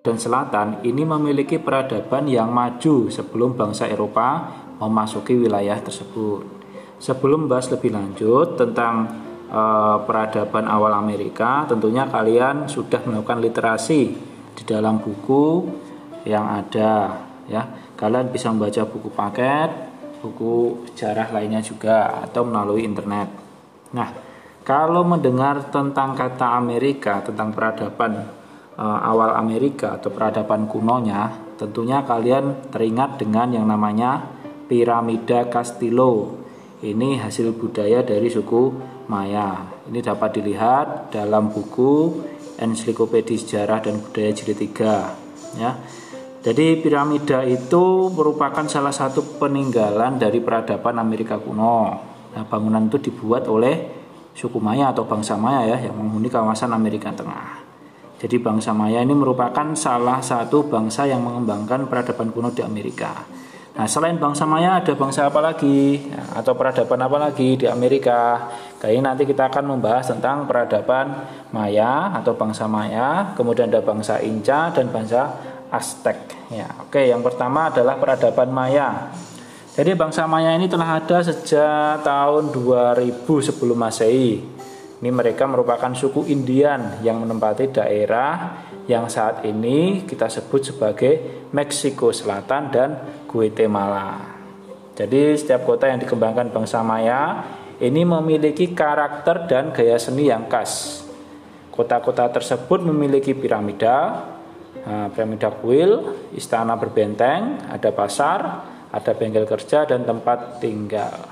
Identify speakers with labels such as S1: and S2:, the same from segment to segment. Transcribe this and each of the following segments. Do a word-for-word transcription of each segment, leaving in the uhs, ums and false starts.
S1: dan Selatan ini memiliki peradaban yang maju sebelum bangsa Eropa memasuki wilayah tersebut. Sebelum bahas lebih lanjut tentang eh, peradaban awal Amerika, tentunya kalian sudah melakukan literasi di dalam buku yang ada, ya. Kalian bisa membaca buku paket, buku sejarah lainnya juga, atau melalui internet. Nah, kalau mendengar tentang kata Amerika, tentang peradaban awal Amerika atau peradaban kunonya, tentunya kalian teringat dengan yang namanya piramida Castillo. Ini hasil budaya dari suku Maya. Ini dapat dilihat dalam buku Ensiklopedia Sejarah dan Budaya Jilid tiga, ya. Jadi piramida itu merupakan salah satu peninggalan dari peradaban Amerika kuno. Nah, bangunan itu dibuat oleh suku Maya atau bangsa Maya, ya, yang menghuni kawasan Amerika Tengah. Jadi bangsa Maya ini merupakan salah satu bangsa yang mengembangkan peradaban kuno di Amerika. Nah, selain bangsa Maya ada bangsa apa lagi? Nah, atau peradaban apa lagi di Amerika? Kali ini nanti kita akan membahas tentang peradaban Maya atau bangsa Maya, kemudian ada bangsa Inca dan bangsa Aztec. Ya, oke, yang pertama adalah peradaban Maya. Jadi bangsa Maya ini telah ada sejak tahun dua ribu sebelum Masehi. Ini mereka merupakan suku Indian yang menempati daerah yang saat ini kita sebut sebagai Meksiko Selatan dan Guatemala. Jadi setiap kota yang dikembangkan bangsa Maya ini memiliki karakter dan gaya seni yang khas. Kota-kota tersebut memiliki piramida, nah, piramida kuil, istana berbenteng, ada pasar, ada bengkel kerja dan tempat tinggal.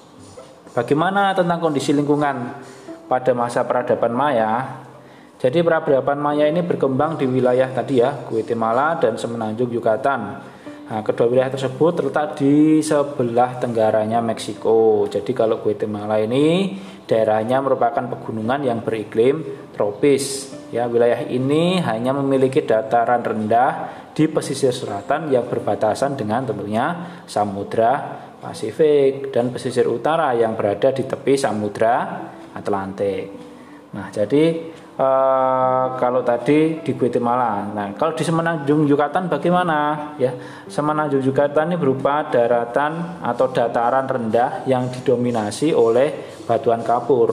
S1: Bagaimana tentang kondisi lingkungan pada masa peradaban Maya? Jadi peradaban Maya ini berkembang di wilayah tadi, ya, Guatemala dan semenanjung Yucatan. Nah, kedua wilayah tersebut terletak di sebelah tenggaranya Meksiko. Jadi kalau Guatemala ini daerahnya merupakan pegunungan yang beriklim tropis. Ya, wilayah ini hanya memiliki dataran rendah di pesisir selatan yang berbatasan dengan tentunya Samudra Pasifik dan pesisir utara yang berada di tepi Samudra Atlantik. Nah, jadi eh, kalau tadi di Guatemala, nah kalau di semenanjung Yucatan bagaimana? Ya, semenanjung Yucatan ini berupa daratan atau dataran rendah yang didominasi oleh batuan kapur.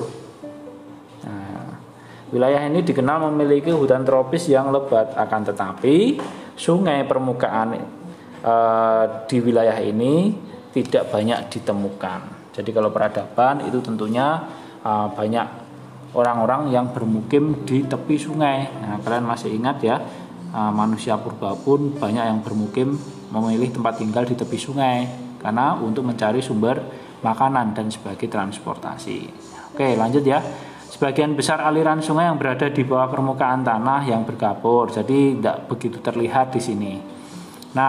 S1: Nah, wilayah ini dikenal memiliki hutan tropis yang lebat, akan tetapi sungai permukaan eh, di wilayah ini tidak banyak ditemukan. Jadi kalau peradaban itu tentunya uh, banyak orang-orang yang bermukim di tepi sungai. Nah, kalian masih ingat, ya, uh, manusia purba pun banyak yang bermukim memilih tempat tinggal di tepi sungai karena untuk mencari sumber makanan dan sebagai transportasi. Oke, lanjut, ya. Sebagian besar aliran sungai yang berada di bawah permukaan tanah yang berkapur, jadi tidak begitu terlihat di sini. Nah,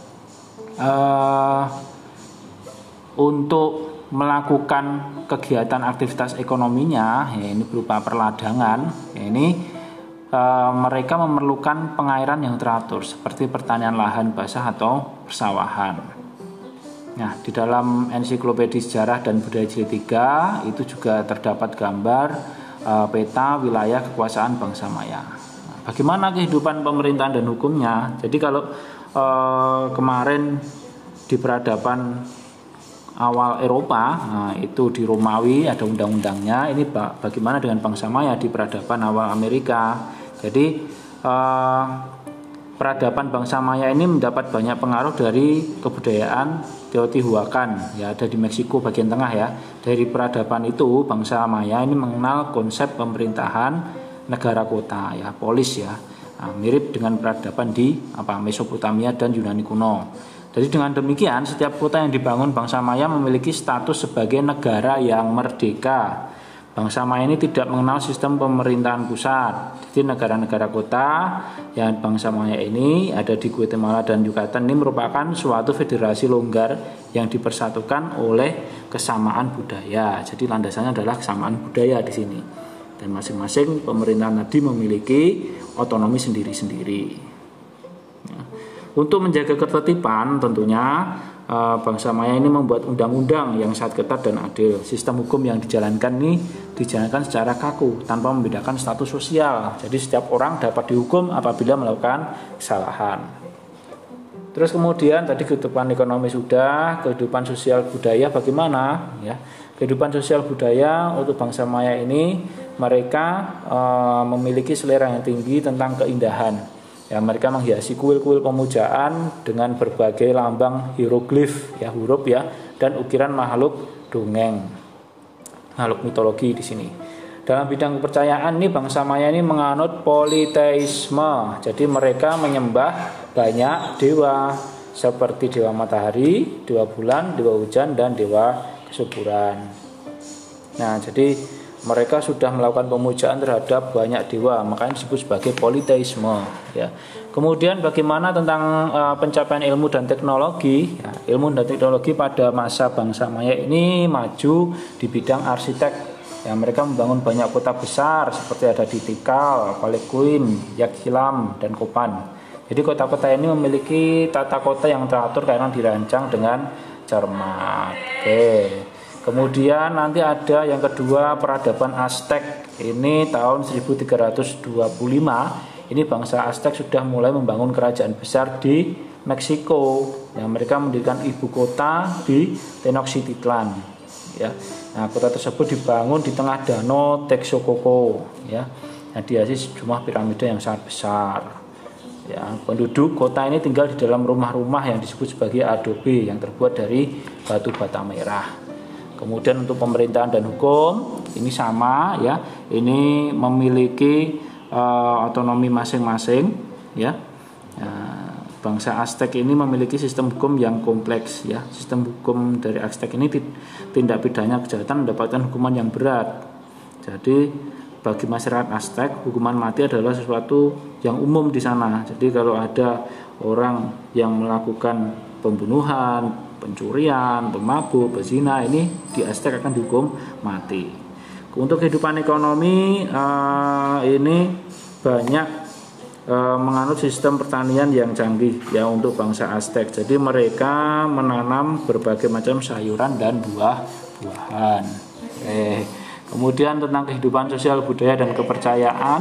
S1: uh, untuk melakukan kegiatan aktivitas ekonominya, ya, ini berupa perladangan, ya, ini e, mereka memerlukan pengairan yang teratur seperti pertanian lahan basah atau persawahan. Nah, di dalam Ensiklopedia Sejarah dan Budaya Jilid tiga itu juga terdapat gambar e, peta wilayah kekuasaan bangsa Maya. Nah, bagaimana kehidupan pemerintahan dan hukumnya? Jadi kalau e, kemarin di peradaban awal Eropa, nah, itu di Romawi ada undang-undangnya. Ini bagaimana dengan bangsa Maya di peradaban awal Amerika. Jadi eh, peradaban bangsa Maya ini mendapat banyak pengaruh dari kebudayaan Teotihuacan, ya, ada di Meksiko bagian tengah, ya. Dari peradaban itu bangsa Maya ini mengenal konsep pemerintahan negara kota, ya, polis, ya. Nah, mirip dengan peradaban di apa Mesopotamia dan Yunani kuno. Jadi dengan demikian setiap kota yang dibangun bangsa Maya memiliki status sebagai negara yang merdeka. Bangsa Maya ini tidak mengenal sistem pemerintahan pusat. Jadi negara-negara kota yang bangsa Maya ini ada di Guatemala dan Yucatan ini merupakan suatu federasi longgar yang dipersatukan oleh kesamaan budaya. Jadi landasannya adalah kesamaan budaya di sini. Dan masing-masing pemerintahan tadi memiliki otonomi sendiri-sendiri. Untuk menjaga ketertiban tentunya bangsa Maya ini membuat undang-undang yang sangat ketat dan adil. Sistem hukum yang dijalankan ini dijalankan secara kaku tanpa membedakan status sosial. Jadi setiap orang dapat dihukum apabila melakukan kesalahan. Terus kemudian tadi kehidupan ekonomi sudah, kehidupan sosial budaya bagaimana? Ya, kehidupan sosial budaya untuk bangsa Maya ini mereka e, memiliki selera yang tinggi tentang keindahan. Ya, mereka menghiasi kuil-kuil pemujaan dengan berbagai lambang hieroglif, ya huruf ya, dan ukiran makhluk dongeng, makhluk mitologi di sini. Dalam bidang kepercayaan ini bangsa Maya ini menganut politeisme. Jadi mereka menyembah banyak dewa seperti dewa matahari, dewa bulan, dewa hujan, dan dewa kesuburan. Nah, jadi mereka sudah melakukan pemujaan terhadap banyak dewa, makanya disebut sebagai politeisme. Ya. Kemudian bagaimana tentang uh, pencapaian ilmu dan teknologi? Ya, ilmu dan teknologi pada masa bangsa Maya ini maju di bidang arsitek. Ya, mereka membangun banyak kota besar seperti ada di Tikal, Palekuin, Yakhilam, dan Kopan. Jadi kota-kota ini memiliki tata kota yang teratur karena dirancang dengan cermat. Oke. Kemudian nanti ada yang kedua peradaban Aztec. Ini tahun seribu tiga ratus dua puluh lima. Ini bangsa Aztec sudah mulai membangun kerajaan besar di Meksiko. Yang mereka mendirikan ibu kota di Tenochtitlan. Ya. Nah, kota tersebut dibangun di tengah danau Texcoco. Ya. Nah, dihiasi sejumlah piramida yang sangat besar. Ya, penduduk kota ini tinggal di dalam rumah-rumah yang disebut sebagai adobe yang terbuat dari batu bata merah. Kemudian untuk pemerintahan dan hukum ini sama ya, ini memiliki uh, otonomi masing-masing ya. Nah, bangsa Aztec ini memiliki sistem hukum yang kompleks ya. Sistem hukum dari Aztec ini tindak pidana kejahatan mendapatkan hukuman yang berat. Jadi bagi masyarakat Aztec hukuman mati adalah sesuatu yang umum di sana. Jadi kalau ada orang yang melakukan pembunuhan, pencurian, pemabuk, pezina, ini di Aztec akan dihukum mati. Untuk kehidupan ekonomi uh, ini banyak uh, menganut sistem pertanian yang canggih ya untuk bangsa Aztec. Jadi mereka menanam berbagai macam sayuran dan buah-buahan. Eh, kemudian tentang kehidupan sosial budaya dan kepercayaan,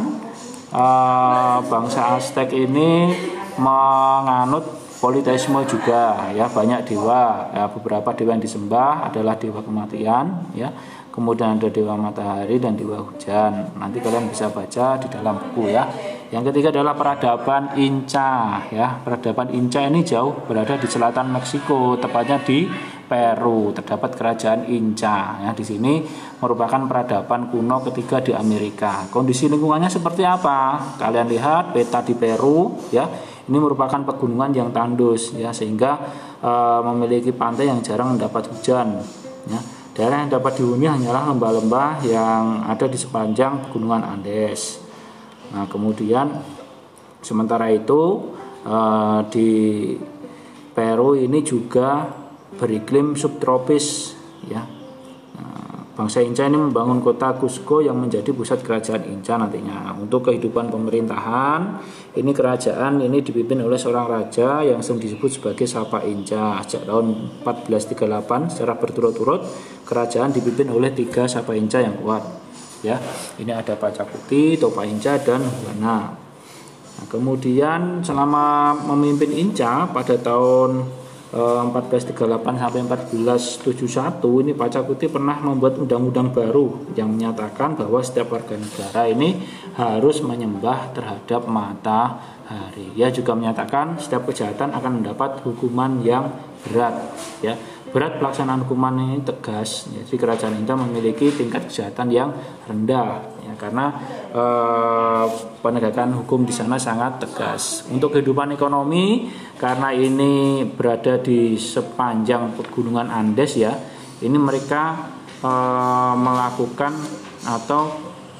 S1: uh, bangsa Aztec ini menganut politeisme juga ya, banyak dewa ya, beberapa dewa yang disembah adalah dewa kematian ya, kemudian ada dewa matahari dan dewa hujan. Nanti kalian bisa baca di dalam buku ya. Yang ketiga adalah peradaban Inca ya. Peradaban Inca ini jauh berada di selatan Meksiko, tepatnya di Peru terdapat kerajaan Inca ya. Di sini merupakan peradaban kuno ketiga di Amerika. Kondisi lingkungannya seperti apa? Kalian lihat peta di Peru ya. Ini merupakan pegunungan yang tandus ya, sehingga e, memiliki pantai yang jarang mendapat hujan ya. Daerah yang dapat dihuni hanyalah lembah-lembah yang ada di sepanjang pegunungan Andes. Nah, kemudian sementara itu e, di Peru ini juga beriklim subtropis ya. Nah, bangsa Inca ini membangun kota Cusco yang menjadi pusat kerajaan Inca nantinya. Untuk kehidupan pemerintahan, ini kerajaan ini dipimpin oleh seorang raja yang sering disebut sebagai Sapa Inca. Sejak tahun empat belas tiga puluh delapan secara berturut-turut kerajaan dipimpin oleh tiga Sapa Inca yang kuat. Ya, ini ada Pachacuti, Topa Inca, dan Huana. Nah, kemudian selama memimpin Inca pada tahun empat belas tiga puluh delapan sampai empat belas tujuh puluh satu ini Pachacuti pernah membuat undang-undang baru yang menyatakan bahwa setiap warga negara ini harus menyembah terhadap matahari. Ia juga menyatakan setiap kejahatan akan mendapat hukuman yang berat ya. Berat pelaksanaan hukuman ini tegas. Jadi kerajaan Inca memiliki tingkat kejahatan yang rendah ya, karena eh, penegakan hukum di sana sangat tegas. Untuk kehidupan ekonomi, karena ini berada di sepanjang pegunungan Andes ya, ini mereka eh, melakukan atau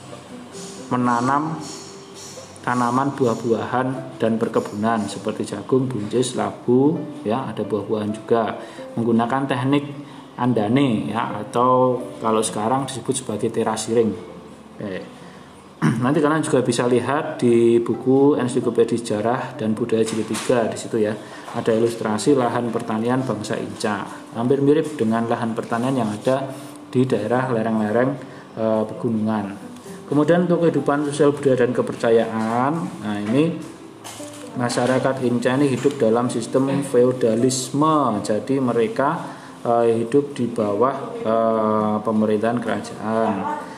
S1: menanam tanaman buah-buahan dan perkebunan seperti jagung, buncis, labu ya, ada buah-buahan juga menggunakan teknik andane ya, atau kalau sekarang disebut sebagai terasiring. Eh. Nanti kalian juga bisa lihat di buku Ensiklopedia Sejarah dan Budaya Jilid tiga, di situ ya. Ada ilustrasi lahan pertanian bangsa Inca. Hampir mirip dengan lahan pertanian yang ada di daerah lereng-lereng e, pegunungan. Kemudian untuk kehidupan sosial budaya dan kepercayaan, nah ini masyarakat Inca ini hidup dalam sistem feodalisme. Jadi mereka e, hidup di bawah e, pemerintahan kerajaan.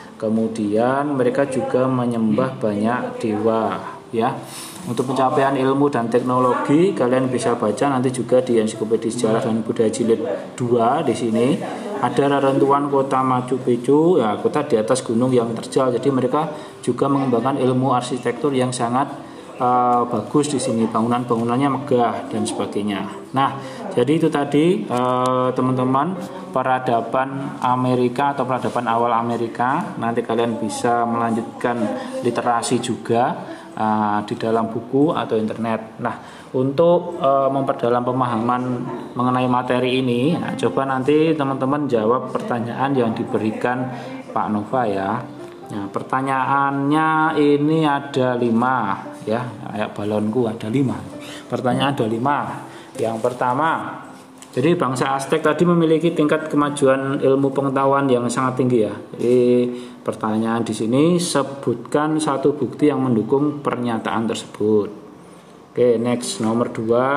S1: Kemudian mereka juga menyembah banyak dewa, ya. Untuk pencapaian ilmu dan teknologi kalian bisa baca nanti juga di Ensiklopedia Sejarah dan Budaya Jilid dua. Di sini ada reruntuhan kota Machu Picchu, ya, kota di atas gunung yang terjal. Jadi mereka juga mengembangkan ilmu arsitektur yang sangat uh, bagus di sini. Bangunan-bangunannya megah dan sebagainya. Nah, jadi itu tadi uh, teman-teman peradaban Amerika atau peradaban awal Amerika. Nanti kalian bisa melanjutkan literasi juga uh, di dalam buku atau internet. Nah, untuk uh, memperdalam pemahaman mengenai materi ini, nah, coba nanti teman-teman jawab pertanyaan yang diberikan Pak Nova ya. Nah, pertanyaannya ini ada lima ya, kayak balonku ada lima. Pertanyaan ada lima. Yang pertama, jadi bangsa Aztec tadi memiliki tingkat kemajuan ilmu pengetahuan yang sangat tinggi ya. Jadi pertanyaan di sini, sebutkan satu bukti yang mendukung pernyataan tersebut. Oke, next, nomor dua.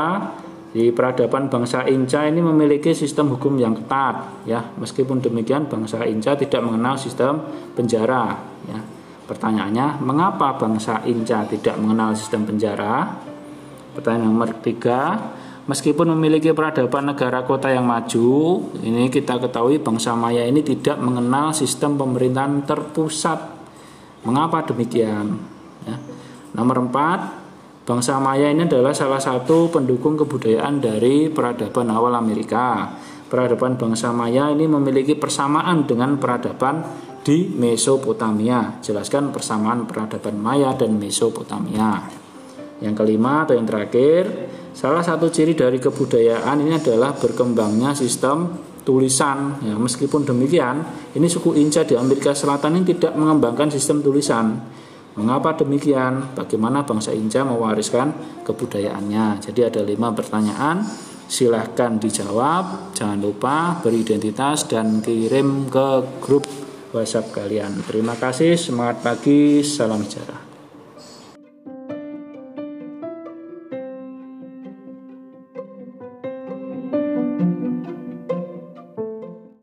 S1: Di peradaban bangsa Inca ini memiliki sistem hukum yang ketat ya. Meskipun demikian bangsa Inca tidak mengenal sistem penjara ya. Pertanyaannya, mengapa bangsa Inca tidak mengenal sistem penjara? Pertanyaan nomor tiga. Meskipun memiliki peradaban negara kota yang maju, ini kita ketahui bangsa Maya ini tidak mengenal sistem pemerintahan terpusat. Mengapa demikian? Ya. Nomor empat, bangsa Maya ini adalah salah satu pendukung kebudayaan dari peradaban awal Amerika. Peradaban bangsa Maya ini memiliki persamaan dengan peradaban di Mesopotamia. Jelaskan persamaan peradaban Maya dan Mesopotamia. Yang kelima atau yang terakhir, salah satu ciri dari kebudayaan ini adalah berkembangnya sistem tulisan. Ya, meskipun demikian, ini suku Inca di Amerika Selatan ini tidak mengembangkan sistem tulisan. Mengapa demikian? Bagaimana bangsa Inca mewariskan kebudayaannya? Jadi ada lima pertanyaan. Silahkan dijawab. Jangan lupa beri identitas dan kirim ke grup WhatsApp kalian. Terima kasih. Semangat pagi. Salam sejahtera.